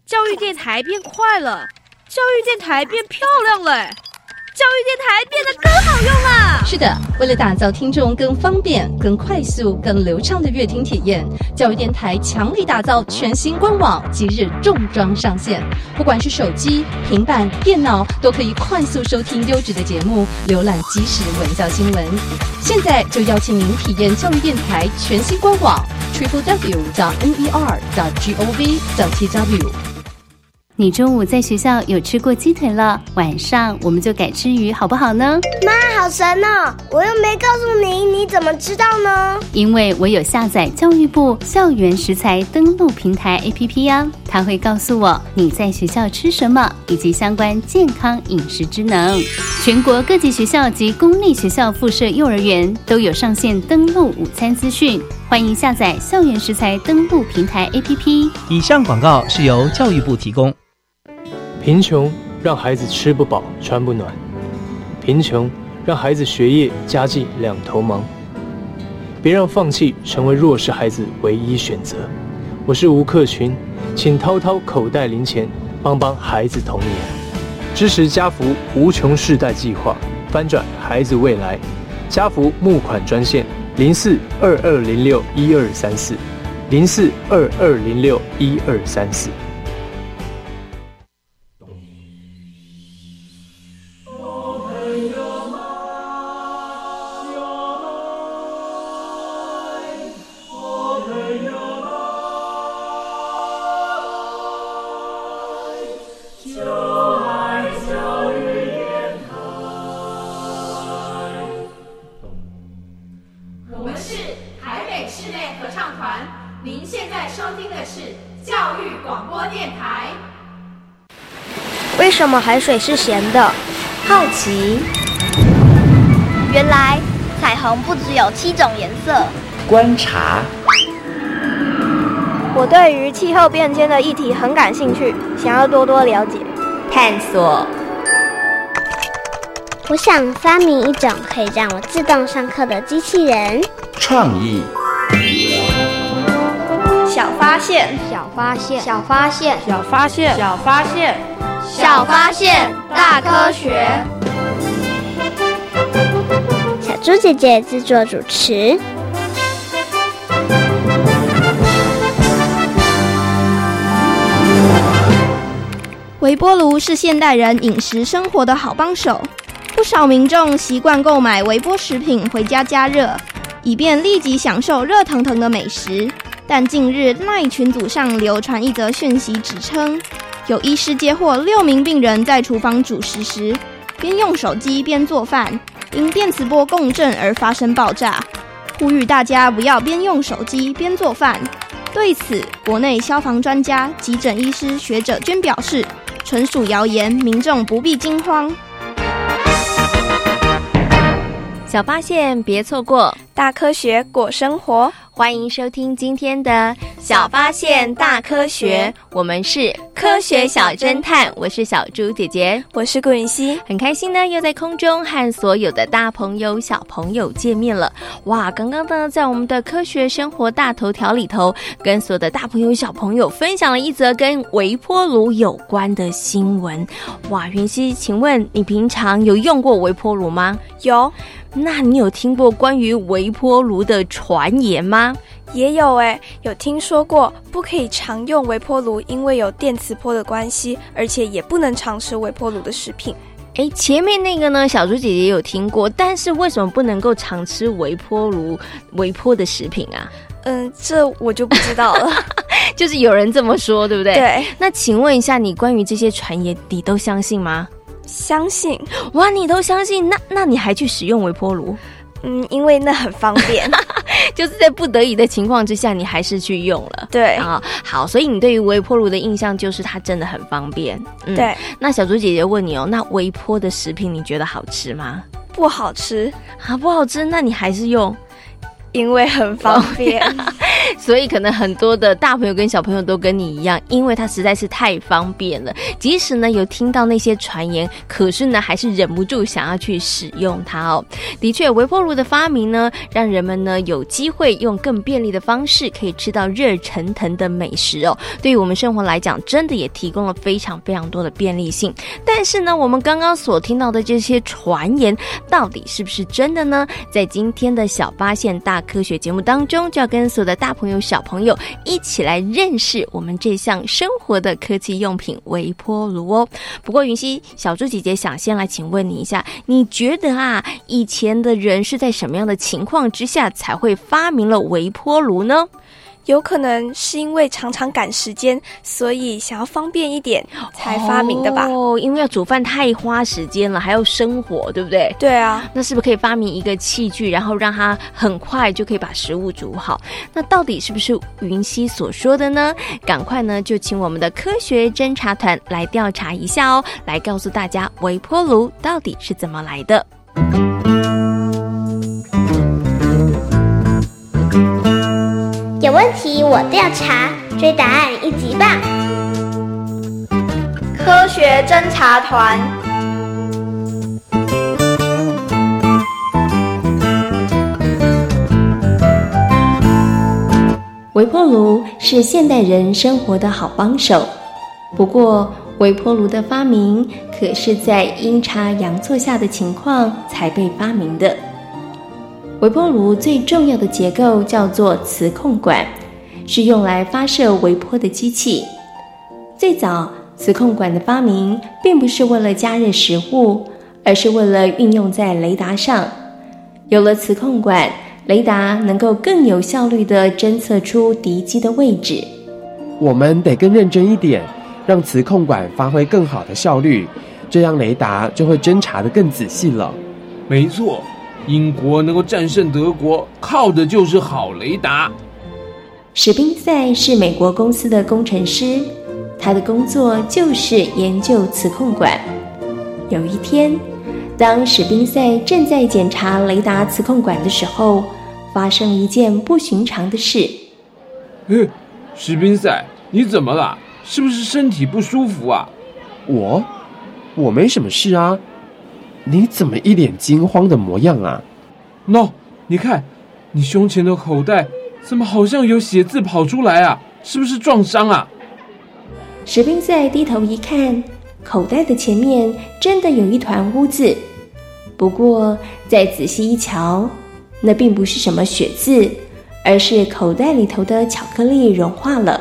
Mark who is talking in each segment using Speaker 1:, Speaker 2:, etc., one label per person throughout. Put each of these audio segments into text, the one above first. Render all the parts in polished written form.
Speaker 1: 教育电台变快了，教育电台变漂亮了，教育电台变得更好用了。
Speaker 2: 是的，为了打造听众更方便、更快速、更流畅的阅听体验，教育电台强力打造全新官网，即日重装上线。不管是手机、平板、电脑，都可以快速收听优质的节目，浏览即时文教新闻。现在就邀请您体验教育电台全新官网 www.ner.gov.tw。
Speaker 3: 你中午在学校有吃过鸡腿了，晚上我们就改吃鱼好不好呢？
Speaker 4: 妈，好神哦！我又没告诉你，你怎么知道呢？
Speaker 3: 因为我有下载教育部校园食材登录平台 APP 啊，它会告诉我你在学校吃什么，以及相关健康饮食知能。全国各级学校及公立学校附设幼儿园都有上线登录午餐资讯，欢迎下载校园食材登录平台 APP。
Speaker 5: 以上广告是由教育部提供。
Speaker 6: 贫穷让孩子吃不饱穿不暖，贫穷让孩子学业家计两头忙。别让放弃成为弱势孩子唯一选择。我是吴克群，请掏掏口袋零钱，帮帮孩子童年。支持家福无穷世代计划，翻转孩子未来。家福募款专线0422061234 0422061234。
Speaker 4: 为什么海水是咸的？
Speaker 7: 好奇。
Speaker 8: 原来彩虹不只有7种颜色。
Speaker 7: 观察。
Speaker 4: 我对于气候变迁的议题很感兴趣，想要多多了解。
Speaker 7: 探索。
Speaker 9: 我想发明一种可以让我自动上课的机器人。
Speaker 7: 创意。
Speaker 4: 小发现，
Speaker 9: 小发现，
Speaker 4: 小发现，
Speaker 1: 小发现，小发现，
Speaker 4: 小发现，大科学。
Speaker 9: 小猪姐姐制作主持。
Speaker 10: 微波炉是现代人饮食生活的好帮手，不少民众习惯购买微波食品回家加热，以便立即享受热腾腾的美食。但近日LINE群组上流传一则讯息，指称有医师接获6名病人在厨房煮食时，边用手机边做饭，因电磁波共振而发生爆炸，呼吁大家不要边用手机边做饭。对此，国内消防专家、急诊医师学者均表示，纯属谣言，民众不必惊慌。
Speaker 7: 小发现别错过，
Speaker 4: 大科学过生活。
Speaker 7: 欢迎收听今天的小发现大科学，我们是科学小侦探，我是小猪姐姐，
Speaker 4: 我是顾云熙，
Speaker 7: 很开心呢，又在空中和所有的大朋友小朋友见面了。哇，刚刚呢，在我们的科学生活大头条里头，跟所有的大朋友小朋友分享了一则跟微波炉有关的新闻。哇，云熙，请问你平常有用过微波炉吗？
Speaker 4: 有。
Speaker 7: 那你有听过关于微波炉的传言吗？
Speaker 4: 也有耶，有听说过不可以常用微波炉，因为有电磁波的关系，而且也不能常吃微波炉的食品。
Speaker 7: 前面那个呢，小猪姐姐有听过，但是为什么不能够常吃微波的食品啊？
Speaker 4: 这我就不知道了。
Speaker 7: 就是有人这么说，对不对？
Speaker 4: 对。
Speaker 7: 那请问一下，你关于这些传言，你都相信吗？
Speaker 4: 相信。
Speaker 7: 哇，你都相信，那你还去使用微波炉？
Speaker 4: 因为那很方便。
Speaker 7: 就是在不得已的情况之下，你还是去用了。
Speaker 4: 对
Speaker 7: 啊，好，所以你对于微波炉的印象就是它真的很方便。
Speaker 4: 对。
Speaker 7: 那小猪姐姐问你哦，那微波的食品你觉得好吃吗？
Speaker 4: 不好吃
Speaker 7: 啊，不好吃，那你还是用？
Speaker 4: 因为很方便。
Speaker 7: 所以可能很多的大朋友跟小朋友都跟你一样，因为它实在是太方便了，即使呢有听到那些传言，可是呢还是忍不住想要去使用它哦。的确，微波炉的发明呢，让人们呢有机会用更便利的方式可以吃到热腾腾的美食哦。对于我们生活来讲，真的也提供了非常非常多的便利性。但是呢，我们刚刚所听到的这些传言，到底是不是真的呢？在今天的小发现大科学节目当中，就要跟所有的大朋友小朋友一起来认识我们这项生活的科技用品微波炉哦。不过云溪小猪姐姐想先来请问你一下，你觉得啊，以前的人是在什么样的情况之下才会发明了微波炉呢？
Speaker 4: 有可能是因为常常赶时间，所以想要方便一点才发明的吧。
Speaker 7: 哦，因为要煮饭太花时间了，还要生火，对不对？
Speaker 4: 对啊。
Speaker 7: 那是不是可以发明一个器具，然后让它很快就可以把食物煮好？那到底是不是云溪所说的呢？赶快呢就请我们的科学侦查团来调查一下哦，来告诉大家微波炉到底是怎么来的。
Speaker 9: 有问题我调查，追答案一级棒！
Speaker 8: 科学侦查团。
Speaker 3: 微波炉是现代人生活的好帮手，不过微波炉的发明可是在阴差阳错下的情况才被发明的。微波炉最重要的结构叫做磁控管，是用来发射微波的机器。最早，磁控管的发明并不是为了加热食物，而是为了运用在雷达上。有了磁控管，雷达能够更有效率地侦测出敌机的位置。
Speaker 11: 我们得更认真一点，让磁控管发挥更好的效率，这样雷达就会侦查得更仔细了。
Speaker 12: 没错，英国能够战胜德国，靠的就是好雷达。
Speaker 3: 史宾塞是美国公司的工程师，他的工作就是研究磁控管。有一天，当史宾塞正在检查雷达磁控管的时候，发生了一件不寻常的事。
Speaker 12: 史宾塞，你怎么了？是不是身体不舒服啊？
Speaker 11: 我没什么事啊。你怎么一脸惊慌的模样啊？
Speaker 12: 你看，你胸前的口袋怎么好像有血渍跑出来啊？是不是撞伤啊？
Speaker 3: 史宾塞低头一看，口袋的前面真的有一团污渍。不过再仔细一瞧，那并不是什么血渍，而是口袋里头的巧克力融化了。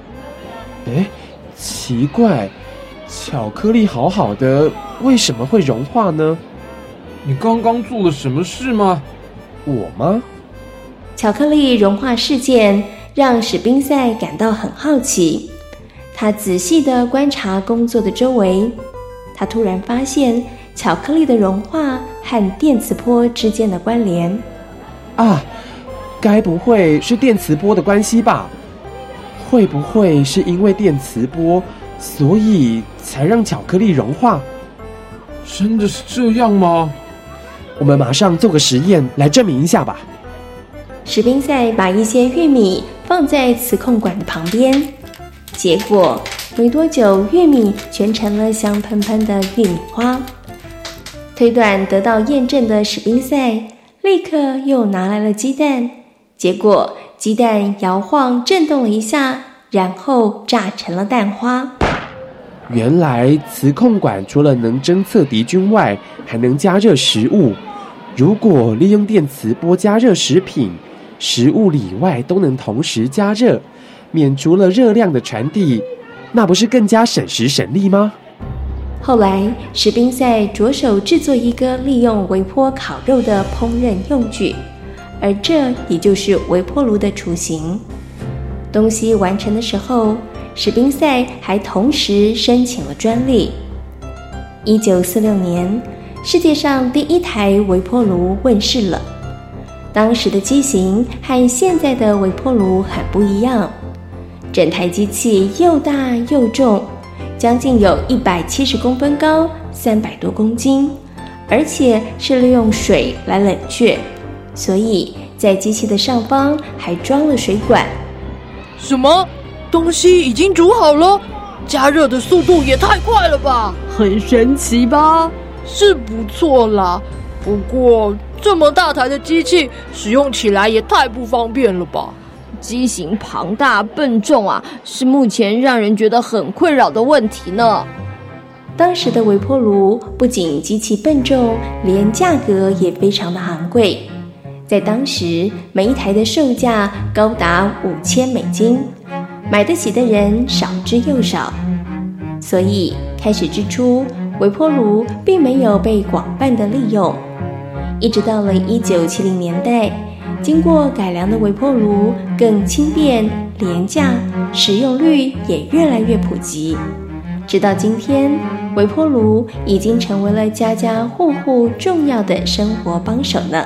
Speaker 11: 奇怪，巧克力好好的，为什么会融化呢？
Speaker 12: 你刚刚做了什么事吗？
Speaker 11: 我吗？
Speaker 3: 巧克力融化事件让史宾塞感到很好奇，他仔细地观察工作的周围，他突然发现巧克力的融化和电磁波之间的关联。
Speaker 11: 该不会是电磁波的关系吧？会不会是因为电磁波，所以才让巧克力融化？
Speaker 12: 真的是这样吗？
Speaker 11: 我们马上做个实验来证明一下吧。
Speaker 3: 史宾塞把一些玉米放在磁控管的旁边，结果没多久，玉米全成了香喷喷的玉米花。推断得到验证的史宾塞立刻又拿来了鸡蛋，结果鸡蛋摇晃震动了一下，然后炸成了蛋花。
Speaker 11: 原来磁控管除了能侦测敌军外，还能加热食物。如果利用电磁波加热食品，食物里外都能同时加热，免除了热量的传递，那不是更加省时省力吗？
Speaker 3: 后来史宾塞着手制作一个利用微波烤肉的烹饪用具，而这也就是微波炉的雏形。东西完成的时候，史宾塞还同时申请了专利。1946年，世界上第一台微波炉问世了。当时的机型和现在的微波炉很不一样，整台机器又大又重，将近有170公分高，300多公斤，而且是利用水来冷却，所以在机器的上方还装了水管。
Speaker 13: 什么？东西已经煮好了？加热的速度也太快了吧！
Speaker 14: 很神奇吧？
Speaker 13: 是不错啦，不过这么大台的机器使用起来也太不方便了吧。
Speaker 14: 机型庞大笨重啊，是目前让人觉得很困扰的问题呢。
Speaker 3: 当时的微波炉不仅机器笨重，连价格也非常的昂贵。在当时，每一台的售价高达$5000，买得起的人少之又少。所以开始之初，微波炉并没有被广泛的利用。一直到了1970年代，经过改良的微波炉更轻便廉价，使用率也越来越普及。直到今天，微波炉已经成为了家家户户重要的生活帮手呢。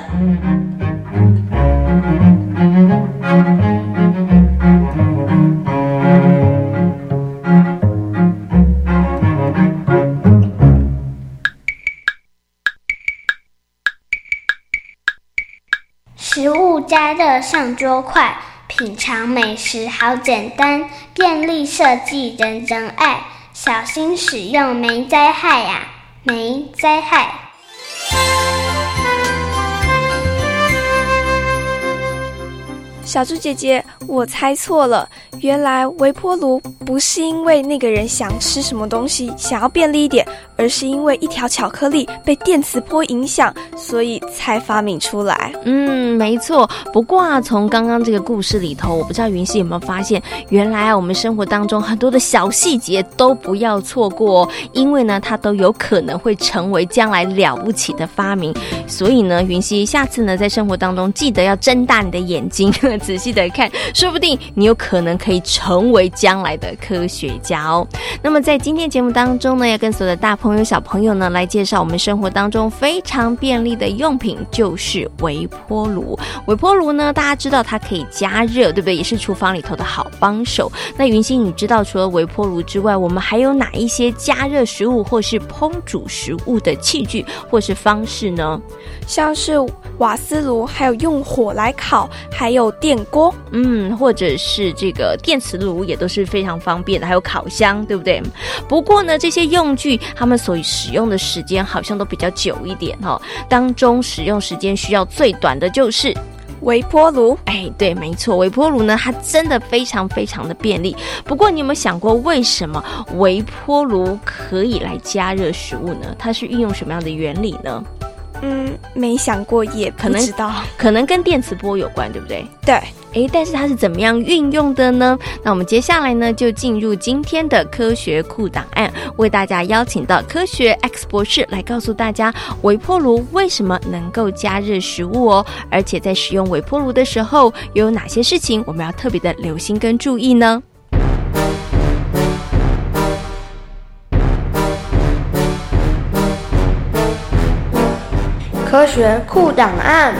Speaker 9: 食物加热上桌快，品尝美食好简单，便利设计人人爱，小心使用没灾害呀，没灾害。
Speaker 4: 小猪姐姐，我猜错了，原来微波炉不是因为那个人想吃什么东西想要便利一点，而是因为一条巧克力被电磁波影响，所以才发明出来。
Speaker 7: 没错。不过啊，从刚刚这个故事里头，我不知道云溪有没有发现，原来啊，我们生活当中很多的小细节都不要错过哦，因为呢，它都有可能会成为将来了不起的发明。所以呢，云溪下次呢，在生活当中记得要睁大你的眼睛，仔细的看，说不定你有可能可以成为将来的科学家哦。那么在今天节目当中呢，要跟所有的大朋友小朋友呢来介绍我们生活当中非常便利的用品，就是微波炉。微波炉呢，大家知道它可以加热，对不对？也是厨房里头的好帮手。那云溪，你知道除了微波炉之外，我们还有哪一些加热食物或是烹煮食物的器具或是方式呢？
Speaker 4: 像是瓦斯炉，还有用火来烤，还有电锅，
Speaker 7: 或者是这个电磁炉也都是非常方便的，还有烤箱，对不对？不过呢，这些用具他们所使用的时间好像都比较久一点哦。当中使用时间需要最短的就是
Speaker 4: 微波炉。
Speaker 7: 对，没错，微波炉呢，它真的非常非常的便利。不过你有没有想过，为什么微波炉可以来加热食物呢？它是运用什么样的原理呢？
Speaker 4: 没想过，也不知道，
Speaker 7: 可能跟电磁波有关，对不对？
Speaker 4: 对。
Speaker 7: 但是它是怎么样运用的呢？那我们接下来呢，就进入今天的科学酷档案，为大家邀请到科学 X 博士来告诉大家，微波炉为什么能够加热食物哦，而且在使用微波炉的时候，又有哪些事情我们要特别的留心跟注意呢？
Speaker 15: 科学酷档案。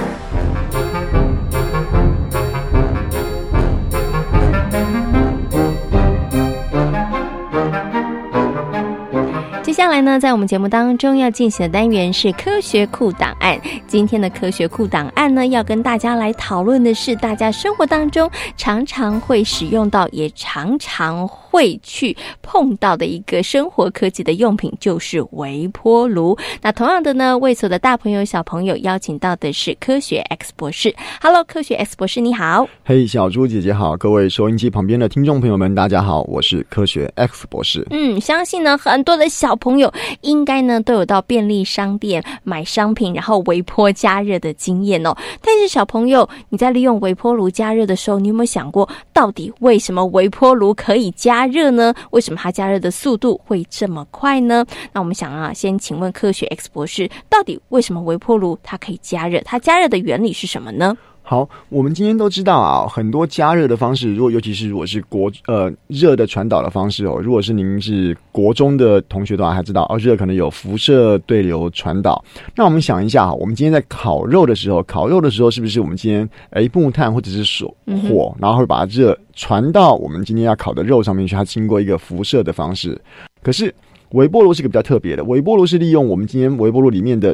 Speaker 7: 接下来呢，在我们节目当中要进行的单元是科学酷档案。今天的科学酷档案呢，要跟大家来讨论的是大家生活当中常常会使用到，也常常会去碰到的一个生活科技的用品，就是微波炉。那同样的呢，为所有的大朋友小朋友邀请到的是科学 X 博士。Hello， 科学 X 博士你好。
Speaker 16: 嘿，小猪姐姐好，各位收音机旁边的听众朋友们大家好，我是科学 X 博士。
Speaker 7: 相信呢很多的小朋友应该呢都有到便利商店买商品然后微波加热的经验哦。但是小朋友，你在利用微波炉加热的时候，你有没有想过，到底为什么微波炉可以加热呢？为什么它加热的速度会这么快呢？那我们想先请问科学 X 博士，到底为什么微波炉它可以加热？它加热的原理是什么呢？
Speaker 16: 好，我们今天都知道啊，很多加热的方式，尤其是热的传导的方式哦。如果是您是国中的同学的话，还知道热可能有辐射对流传导。那我们想一下，我们今天在烤肉的时候是不是我们今天木炭或者是火，然后会把热传到我们今天要烤的肉上面去，它经过一个辐射的方式。可是微波炉是个比较特别的，微波炉是利用我们今天微波炉里面的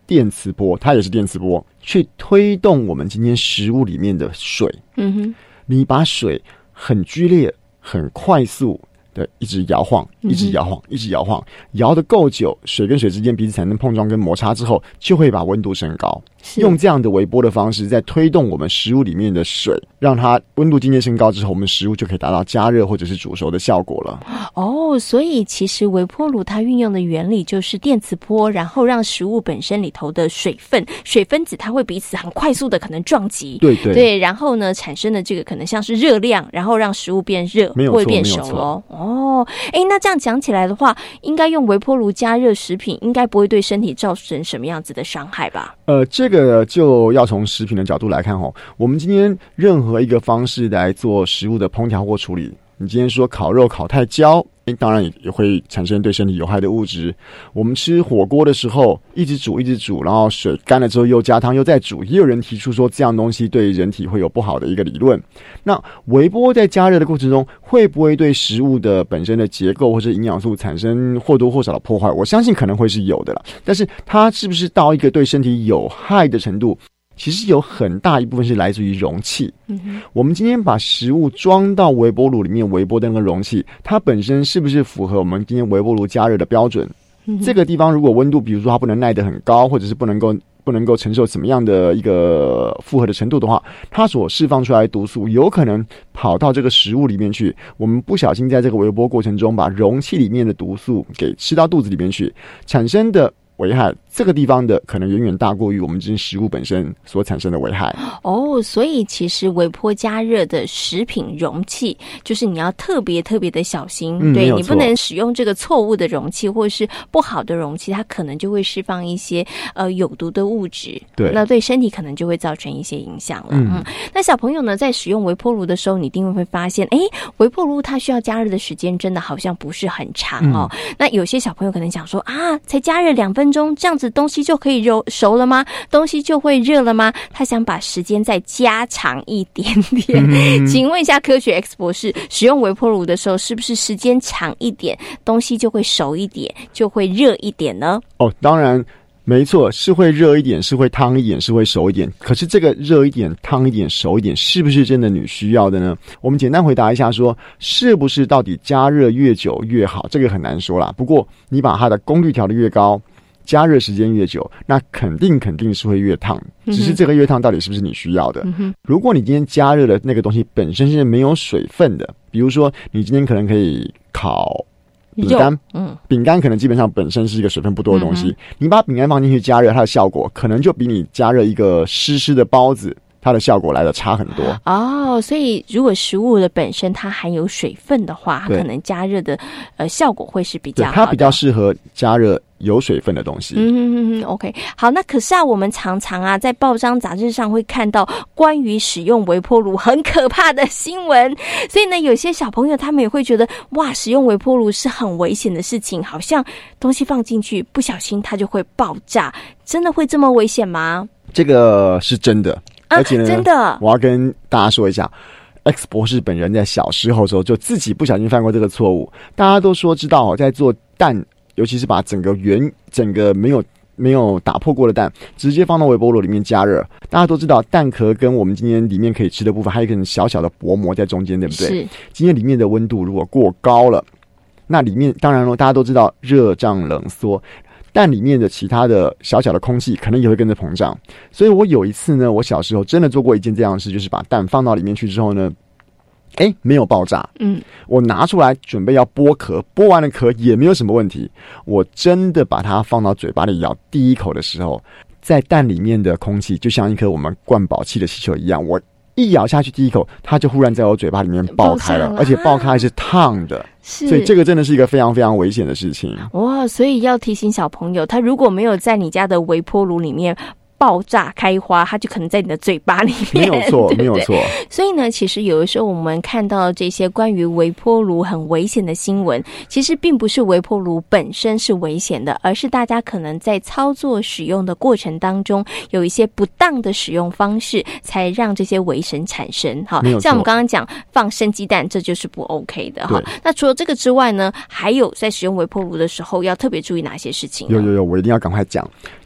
Speaker 16: 电磁波，它也是电磁波，去推动我们今天食物里面的水。你把水很剧烈、很快速的一直摇晃，一直摇晃，一直摇晃，摇得够久，水跟水之间彼此产生碰撞跟摩擦之后，就会把温度升高。用这样的微波的方式，在推动我们食物里面的水，让它温度渐渐升高之后，我们食物就可以达到加热或者是煮熟的效果了。
Speaker 7: 所以其实微波炉它运用的原理就是电磁波，然后让食物本身里头的水分子它会彼此很快速的可能撞击，对，然后呢产生的这个可能像是热量，然后让食物变热或者变熟哦。那这样讲起来的话，应该用微波炉加热食品，应该不会对身体造成什么样子的伤害吧？
Speaker 16: 这个就要从食品的角度来看我们今天任何一个方式来做食物的烹调或处理，你今天说烤肉烤太焦，当然也会产生对身体有害的物质。我们吃火锅的时候一直煮，然后水干了之后又加汤又再煮，也有人提出说这样东西对人体会有不好的一个理论。那微波在加热的过程中，会不会对食物的本身的结构或者营养素产生或多或少的破坏？我相信可能会是有的了，但是它是不是到一个对身体有害的程度，其实有很大一部分是来自于容器。我们今天把食物装到微波炉里面微波的那个容器，它本身是不是符合我们今天微波炉加热的标准？这个地方如果温度比如说它不能耐得很高，或者是不能够承受什么样的一个负荷的程度的话，它所释放出来的毒素有可能跑到这个食物里面去，我们不小心在这个微波过程中把容器里面的毒素给吃到肚子里面去，产生的危害，这个地方的可能远远大过于我们这些食物本身所产生的危害。
Speaker 7: 所以其实微波加热的食品容器，就是你要特别的小心，对，你不能使用这个错误的容器或是不好的容器，它可能就会释放一些有毒的物质，对，那对身体可能就会造成一些影响了。那小朋友呢，在使用微波炉的时候，你一定会发现，微波炉它需要加热的时间真的好像不是很长那有些小朋友可能想说才加热2分钟，这样子东西就可以熟了吗？东西就会热了吗？他想把时间再加长一点点。请问一下科学 X 博士，使用微波炉的时候，是不是时间长一点，东西就会熟一点，就会热一点呢？
Speaker 16: 当然没错，是会热一点，是会烫一点，是会熟一点。可是这个热一点、烫一点、熟一点，是不是真的你需要的呢？我们简单回答一下说，是不是到底加热越久越好？这个很难说啦。不过你把它的功率调得越高，加热时间越久，那肯定是会越烫，只是这个越烫到底是不是你需要的。如果你今天加热的那个东西本身是没有水分的，比如说你今天可能可以烤饼干，饼干可能基本上本身是一个水分不多的东西，你把饼干放进去加热，它的效果可能就比你加热一个湿的包子它的效果来的差很多
Speaker 7: 所以如果食物的本身它含有水分的话，它可能加热的效果会是比较好的，
Speaker 16: 它比较适合加热有水分的东西。
Speaker 7: OK， 好，那可是我们常常在报章杂志上会看到关于使用微波炉很可怕的新闻，所以呢，有些小朋友他们也会觉得使用微波炉是很危险的事情，好像东西放进去不小心它就会爆炸，真的会这么危险吗？
Speaker 16: 这个是真的。而且呢，
Speaker 7: 真的，
Speaker 16: 我要跟大家说一下 ，X 博士本人在小时候的时候就自己不小心犯过这个错误。大家都说知道在做蛋，尤其是把整个没有打破过的蛋直接放到微波炉里面加热，大家都知道蛋壳跟我们今天里面可以吃的部分还有一个小小的薄膜在中间，对不对？是。今天里面的温度如果过高了，那里面当然大家都知道热胀冷缩。蛋里面的其他的小小的空气可能也会跟着膨胀，所以我有一次呢，我小时候真的做过一件这样的事，就是把蛋放到里面去之后呢，没有爆炸，我拿出来准备要剥壳，剥完了壳也没有什么问题，我真的把它放到嘴巴里咬第一口的时候，在蛋里面的空气就像一颗我们灌饱气的气球一样，我一咬下去第一口，它就忽然在我嘴巴里面爆开了，而且爆开是烫的，所以这个真的是一个非常非常危险的事情。
Speaker 7: 所以要提醒小朋友，他如果没有在你家的微波炉里面爆炸开花，它就可能在你的嘴巴里面，
Speaker 16: 没有错，没有错。
Speaker 7: 所以呢，其实有的时候我们看到这些关于微波炉很危险的新闻，其实并不是微波炉本身是危险的，而是大家可能在操作使用的过程当中，有一些不当的使用方式，才让这些危险产生。像我们刚刚讲放生鸡蛋，这就是不 OK 的。那除了这个之外呢，还有在使用微波炉的时候要特别注意哪些事情呢？
Speaker 16: 有，我一定要赶快讲。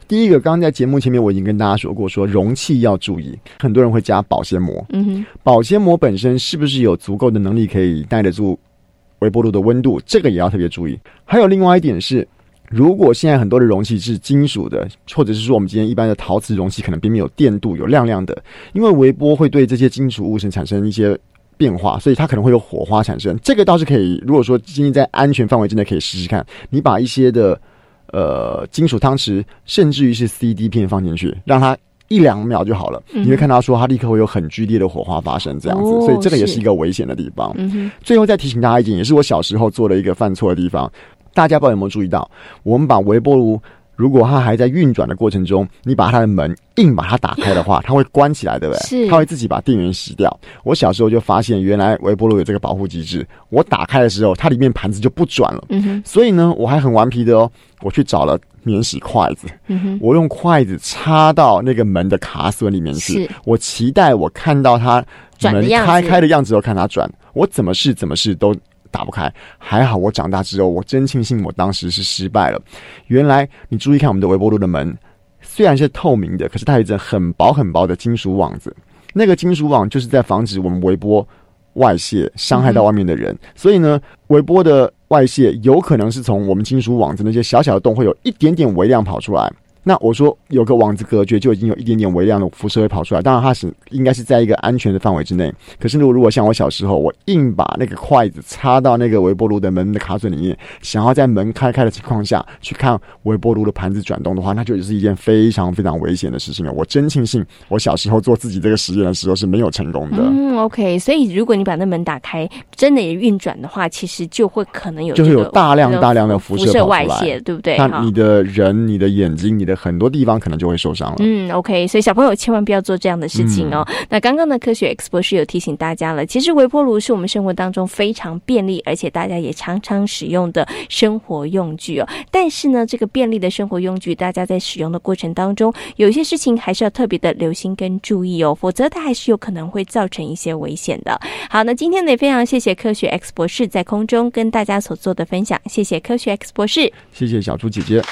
Speaker 16: 第一个，刚刚在节目前面我已经跟大家说过，说容器要注意，很多人会加保鲜膜。保鲜膜本身是不是有足够的能力可以耐得住微波炉的温度，这个也要特别注意。还有另外一点是，如果现在很多的容器是金属的，或者是说我们今天一般的陶瓷容器可能边边有电镀有亮亮的，因为微波会对这些金属物质产生一些变化，所以它可能会有火花产生。这个倒是可以，如果说今天在安全范围之内可以试试看，你把一些的金属汤匙甚至于是 CD 片放进去，让它1-2秒就好了，你会看到说它立刻会有很剧烈的火花发生这样子，所以这个也是一个危险的地方。最后再提醒大家一点，也是我小时候做的一个犯错的地方，大家不知道有没有注意到，我们把微波炉如果它还在运转的过程中，你把它的门硬把它打开的话，它会关起来，对不对？是，它会自己把电源熄掉。我小时候就发现，原来微波炉有这个保护机制，我打开的时候，它里面盘子就不转了。所以呢，我还很顽皮的哦，我去找了免洗筷子，我用筷子插到那个门的卡榫里面去，我期待我看到它门开的样子，我看它转，我怎么试都打不开。还好我长大之后，我真庆幸我当时是失败了。原来你注意看我们的微波炉的门，虽然是透明的，可是它有一层很薄很薄的金属网子，那个金属网就是在防止我们微波外泄伤害到外面的人。所以呢，微波的外泄有可能是从我们金属网子那些小小的洞会有一点点微量跑出来。那我说有个网子隔绝，就已经有一点点微量的辐射会跑出来，当然它是应该是在一个安全的范围之内。可是如果像我小时候，我硬把那个筷子插到那个微波炉的门的卡榫里面，想要在门开的情况下去看微波炉的盘子转动的话，那就是一件非常非常危险的事情了。我真庆幸我小时候做自己这个实验的时候是没有成功的。
Speaker 7: OK， 所以如果你把那门打开，真的也运转的话，其实就会可能有
Speaker 16: 就会有大量的辐射
Speaker 7: 外泄，对不对？
Speaker 16: 那你的人、你的眼睛、你的很多地方可能就会受伤了。
Speaker 7: OK， 所以小朋友千万不要做这样的事情哦。那刚刚的科学 X 博士有提醒大家了，其实微波炉是我们生活当中非常便利，而且大家也常常使用的生活用具哦。但是呢，这个便利的生活用具，大家在使用的过程当中，有一些事情还是要特别的留心跟注意哦，否则它还是有可能会造成一些危险的。好，那今天呢也非常谢谢科学 X 博士在空中跟大家所做的分享，谢谢科学 X 博士，
Speaker 16: 谢谢小猪姐姐。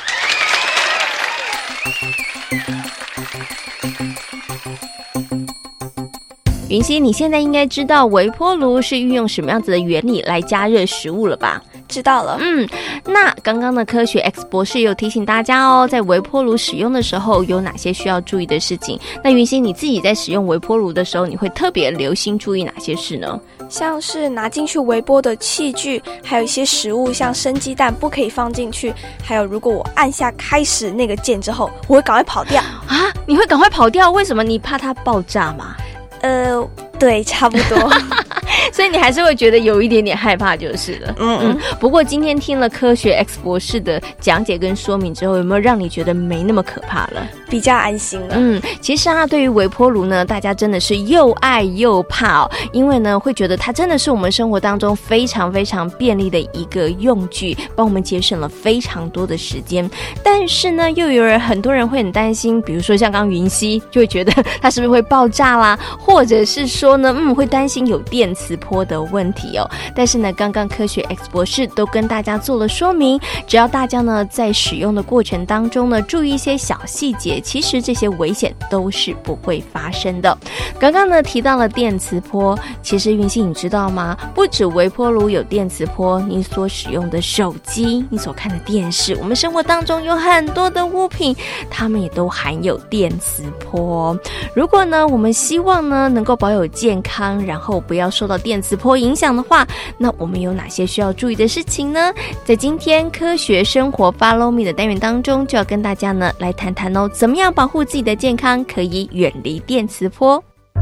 Speaker 7: 云溪，你现在应该知道微波炉是运用什么样子的原理来加热食物了吧？
Speaker 4: 知道了。
Speaker 7: 那刚刚的科学 X 博士有提醒大家哦，在微波炉使用的时候有哪些需要注意的事情。那云溪，你自己在使用微波炉的时候，你会特别留心注意哪些事呢？
Speaker 4: 像是拿进去微波的器具，还有一些食物，像生鸡蛋不可以放进去，还有如果我按下开始那个键之后，我会赶快跑掉
Speaker 7: 啊！你会赶快跑掉？为什么？你怕它爆炸吗？
Speaker 4: 对，差不多。
Speaker 7: 所以你还是会觉得有一点点害怕就是了。不过今天听了科学 X 博士的讲解跟说明之后，有没有让你觉得没那么可怕了？
Speaker 4: 比较安心了。
Speaker 7: 其实对于微波炉呢，大家真的是又爱又怕哦，因为呢会觉得它真的是我们生活当中非常非常便利的一个用具，帮我们节省了非常多的时间。但是呢，又有很多人会很担心，比如说像刚云溪就会觉得它是不是会爆炸啦，或者是说呢会担心有电磁波的问题哦。但是呢，刚刚科学 X 博士都跟大家做了说明，只要大家呢在使用的过程当中呢注意一些小细节，其实这些危险都是不会发生的。刚刚呢提到了电磁波，其实云溪你知道吗？不止微波炉有电磁波，你所使用的手机，你所看的电视，我们生活当中有很多的物品，它们也都含有电磁波。如果呢我们希望呢能够保有健康，然后不要受到电磁波影响的话，那我们有哪些需要注意的事情呢？在今天科学生活 Follow Me 的单元当中，就要跟大家呢来谈谈哦，怎么样保护自己的健康，可以远离电磁波。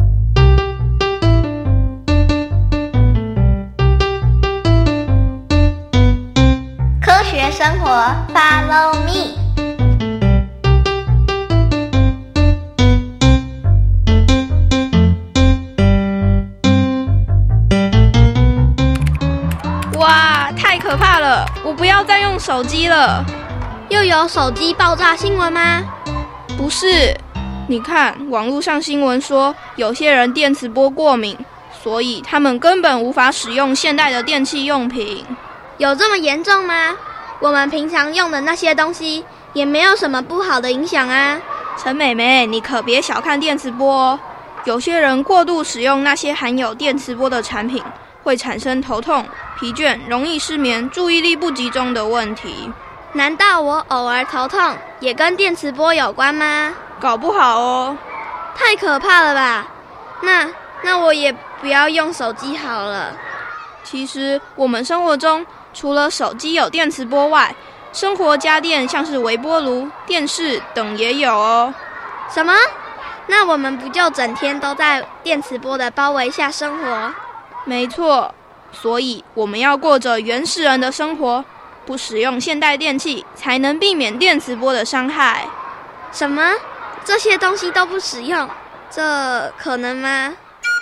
Speaker 8: 科学生活 Follow Me。
Speaker 10: 哇，太可怕了！我不要再用手机了。
Speaker 9: 又有手机爆炸新闻吗？
Speaker 10: 不是，你看网络上新闻说，有些人电磁波过敏，所以他们根本无法使用现代的电器用品。
Speaker 9: 有这么严重吗？我们平常用的那些东西， 也没有什么不好的影响啊。
Speaker 10: 陈美美，你可别小看电磁波哦。有些人过度使用那些含有电磁波的产品，会产生头痛、疲倦、容易失眠、注意力不集中的问题。
Speaker 9: 难道我偶尔头痛也跟电磁波有关吗？
Speaker 10: 搞不好哦。
Speaker 9: 太可怕了吧？那我也不要用手机好了。
Speaker 10: 其实我们生活中除了手机有电磁波外，生活家电像是微波炉、电视等也有哦。
Speaker 9: 什么？那我们不就整天都在电磁波的包围下生活？
Speaker 10: 没错，所以我们要过着原始人的生活，不使用现代电器，才能避免电磁波的伤害。
Speaker 9: 什么？这些东西都不使用，这可能吗？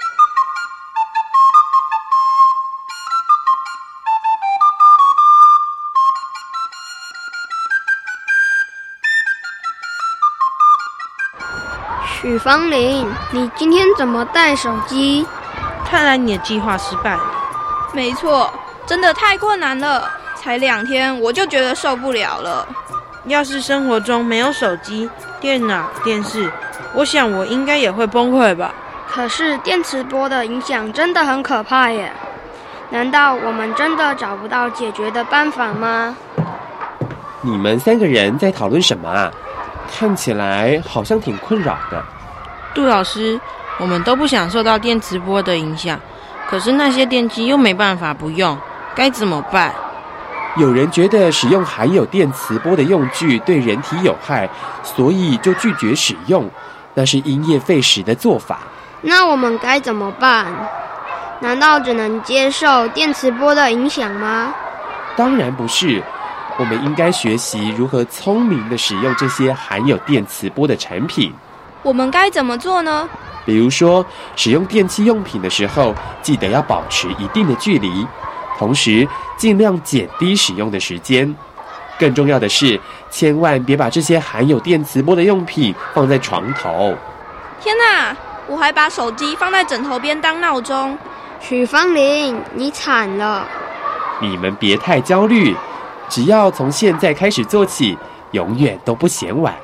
Speaker 17: 许芳玲，你今天怎么带手机？
Speaker 18: 看来你的计划失败了。
Speaker 10: 没错，真的太困难了，才2天我就觉得受不了了。
Speaker 18: 要是生活中没有手机、电脑、电视，我想我应该也会崩溃吧。
Speaker 17: 可是电磁波的影响真的很可怕耶，难道我们真的找不到解决的办法吗？
Speaker 11: 你们3个人在讨论什么啊？看起来好像挺困扰的。
Speaker 18: 杜老师，我们都不想受到电磁波的影响，可是那些电器又没办法不用，该怎么办？
Speaker 11: 有人觉得使用含有电磁波的用具对人体有害，所以就拒绝使用，那是因噎废食的做法。
Speaker 17: 那我们该怎么办？难道只能接受电磁波的影响吗？
Speaker 11: 当然不是，我们应该学习如何聪明地使用这些含有电磁波的产品。
Speaker 10: 我们该怎么做呢？
Speaker 11: 比如说，使用电器用品的时候，记得要保持一定的距离，同时尽量减低使用的时间。更重要的是，千万别把这些含有电磁波的用品放在床头。
Speaker 10: 天哪，我还把手机放在枕头边当闹钟。
Speaker 17: 许芳玲，你惨了。
Speaker 11: 你们别太焦虑，只要从现在开始做起，永远都不嫌晚。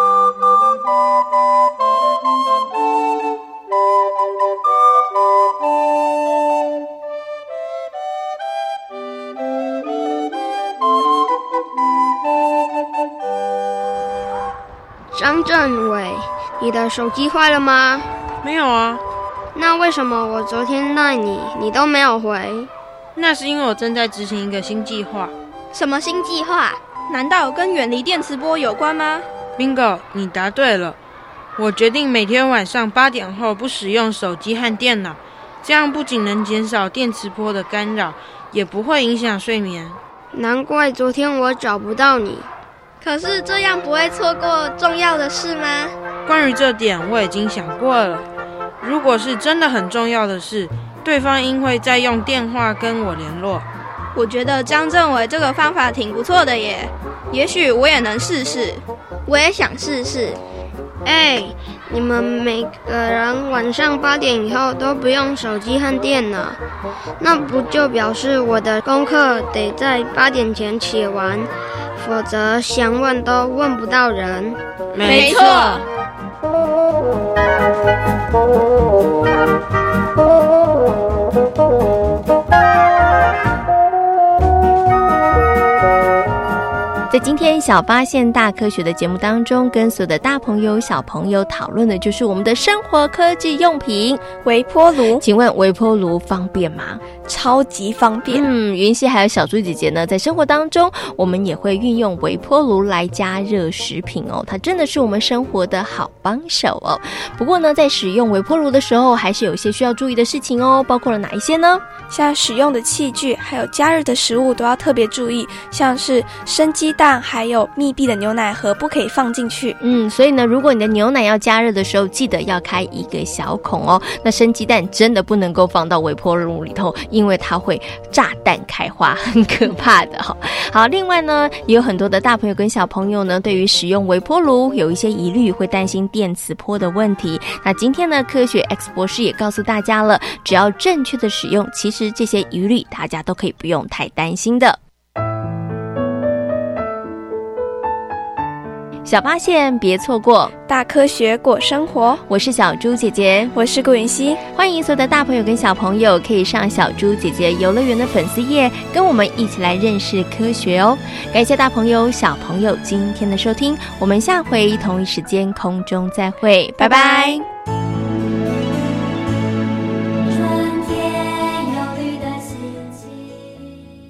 Speaker 17: 张政伟，你的手机坏了吗？
Speaker 18: 没有啊。
Speaker 17: 那为什么我昨天赖你，你都没有回？
Speaker 18: 那是因为我正在执行一个新计划。
Speaker 9: 什么新计划？
Speaker 10: 难道跟远离电磁波有关吗？
Speaker 18: Bingo， 你答对了。我决定每天晚上8点后不使用手机和电脑，这样不仅能减少电磁波的干扰，也不会影响睡眠。
Speaker 17: 难怪昨天我找不到你。
Speaker 9: 可是这样不会错过重要的事吗？
Speaker 18: 关于这点我已经想过了，如果是真的很重要的事，对方应会再用电话跟我联络。
Speaker 10: 我觉得张政伟这个方法挺不错的耶，也许我也能试试。
Speaker 9: 我也想试试。
Speaker 17: 你们每个人晚上8点以后都不用手机和电脑，那不就表示我的功课得在8点前写完，否则想问都问不到人。
Speaker 18: 没错。
Speaker 7: 在今天小发现大科学的节目当中，跟所有的大朋友小朋友讨论的就是我们的生活科技用品
Speaker 4: 微波炉。
Speaker 7: 请问微波炉方便吗？
Speaker 4: 超级方便。
Speaker 7: 云溪还有小猪姐姐呢，在生活当中我们也会运用微波炉来加热食品哦，它真的是我们生活的好帮手哦。不过呢，在使用微波炉的时候，还是有一些需要注意的事情哦，包括了哪一些呢？
Speaker 4: 像使用的器具还有加热的食物都要特别注意，像是生鸡蛋还有密闭的牛奶盒不可以放进去。
Speaker 7: 所以呢，如果你的牛奶要加热的时候，记得要开一个小孔哦。那生鸡蛋真的不能够放到微波炉里头，因为它会炸弹开花，很可怕的哦。好，另外呢，也有很多的大朋友跟小朋友呢，对于使用微波炉有一些疑虑，会担心电磁波的问题。那今天呢，科学 X 博士也告诉大家了，只要正确的使用，其实这些疑虑大家都可以不用太担心的。 小发现别错过，
Speaker 4: 大科学过生活。
Speaker 7: 我是小猪姐姐，
Speaker 4: 我是顾云熙。
Speaker 7: 欢迎所有的大朋友跟小朋友可以上小猪姐姐游乐园的粉丝页，跟我们一起来认识科学哦。感谢大朋友小朋友今天的收听，我们下回同一时间空中再会，拜拜。